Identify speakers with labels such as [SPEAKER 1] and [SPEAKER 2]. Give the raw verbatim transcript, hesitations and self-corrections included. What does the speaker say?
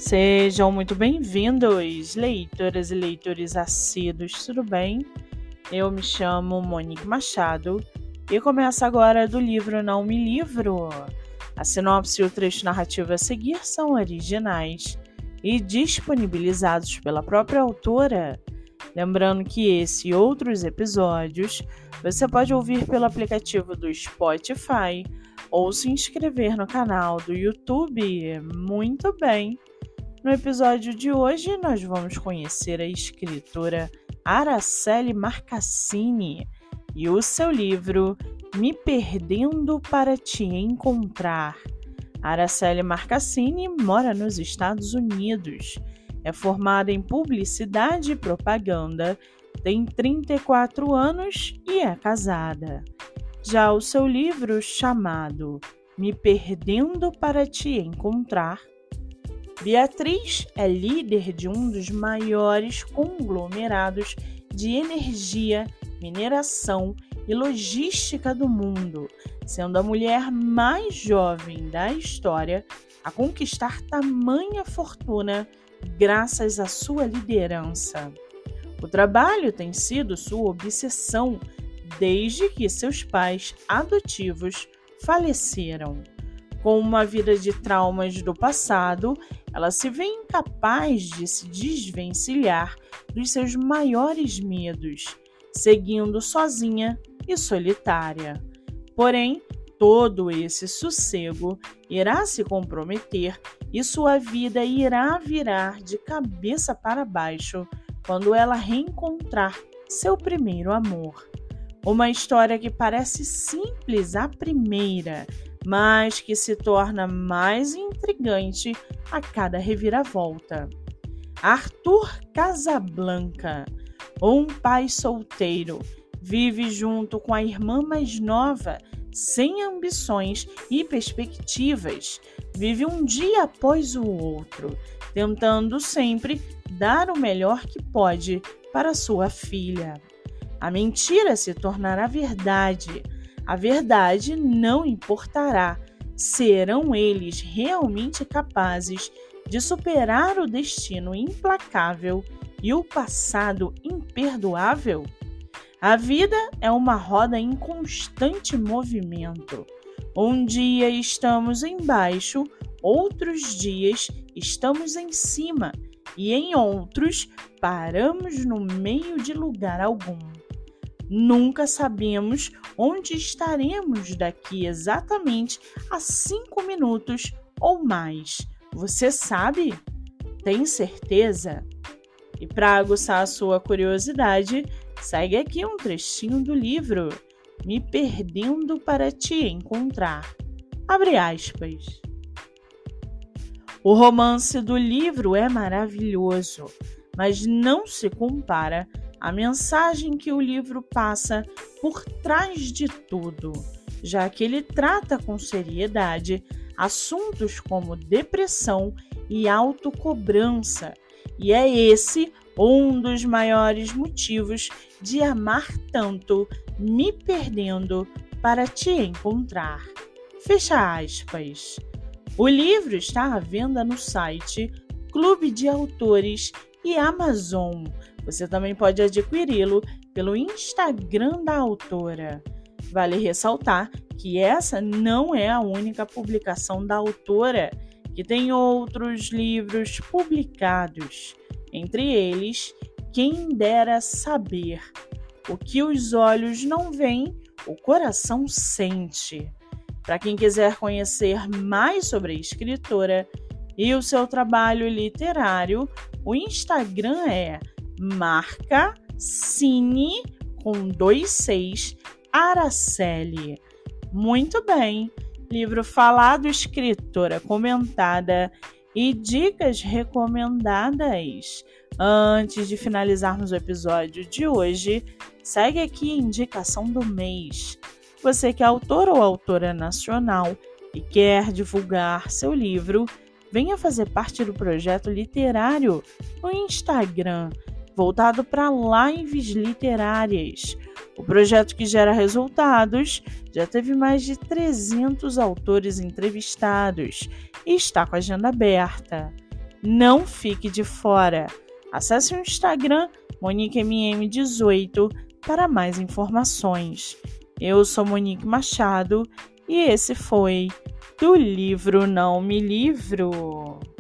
[SPEAKER 1] Sejam muito bem-vindos, leitoras e leitores assíduos, tudo bem? Eu me chamo Monique Machado e começo agora do livro Não Me Livro. A sinopse e o trecho narrativo a seguir são originais e disponibilizados pela própria autora. Lembrando que esse e outros episódios você pode ouvir pelo aplicativo do Spotify ou se inscrever no canal do YouTube. Muito bem! No episódio de hoje, nós vamos conhecer a escritora Araceli Marcassini e o seu livro Me Perdendo para Te Encontrar. Araceli Marcassini mora nos Estados Unidos, é formada em publicidade e propaganda, tem trinta e quatro anos e é casada. Já o seu livro, chamado Me Perdendo para Te Encontrar, Beatriz é líder de um dos maiores conglomerados de energia, mineração e logística do mundo, sendo a mulher mais jovem da história a conquistar tamanha fortuna graças à sua liderança. O trabalho tem sido sua obsessão desde que seus pais adotivos faleceram. Com uma vida de traumas do passado, ela se vê incapaz de se desvencilhar dos seus maiores medos, seguindo sozinha e solitária. Porém, todo esse sossego irá se comprometer e sua vida irá virar de cabeça para baixo quando ela reencontrar seu primeiro amor. Uma história que parece simples à primeira, mas que se torna mais intrigante a cada reviravolta. Arthur Casablanca, um pai solteiro, vive junto com a irmã mais nova, sem ambições e perspectivas. Vive um dia após o outro, tentando sempre dar o melhor que pode para sua filha. A mentira se tornará verdade. A verdade não importará. Serão eles realmente capazes de superar o destino implacável e o passado imperdoável? A vida é uma roda em constante movimento. Um dia estamos embaixo, outros dias estamos em cima e em outros paramos no meio de lugar algum. Nunca sabemos onde estaremos daqui exatamente a cinco minutos ou mais. Você sabe? Tem certeza? E para aguçar a sua curiosidade, segue aqui um trechinho do livro Me Perdendo para Te Encontrar. Abre aspas. O romance do livro é maravilhoso, mas não se compara à mensagem que o livro passa por trás de tudo, já que ele trata com seriedade assuntos como depressão e autocobrança, e é esse um dos maiores motivos de amar tanto, me perdendo para te encontrar. Fecha aspas. O livro está à venda no site Clube de Autores e Amazon. Você também pode adquiri-lo pelo Instagram da autora. Vale ressaltar que essa não é a única publicação da autora, que tem outros livros publicados. Entre eles, Quem Dera Saber. O que os olhos não veem, o coração sente. Para quem quiser conhecer mais sobre a escritora e o seu trabalho literário, o Instagram é Marca Cine com dois seis Araceli. Muito bem, livro falado, escritora comentada e dicas recomendadas. Antes de finalizarmos o episódio de hoje, segue aqui a indicação do mês. Você que é autor ou autora nacional e quer divulgar seu livro, venha fazer parte do projeto literário no Instagram, voltado para lives literárias. O projeto, que gera resultados, já teve mais de trezentos autores entrevistados e está com a agenda aberta. Não fique de fora. Acesse o Instagram Monique M M dezoito para mais informações. Eu sou Monique Machado e esse foi Do Livro Não Me Livro.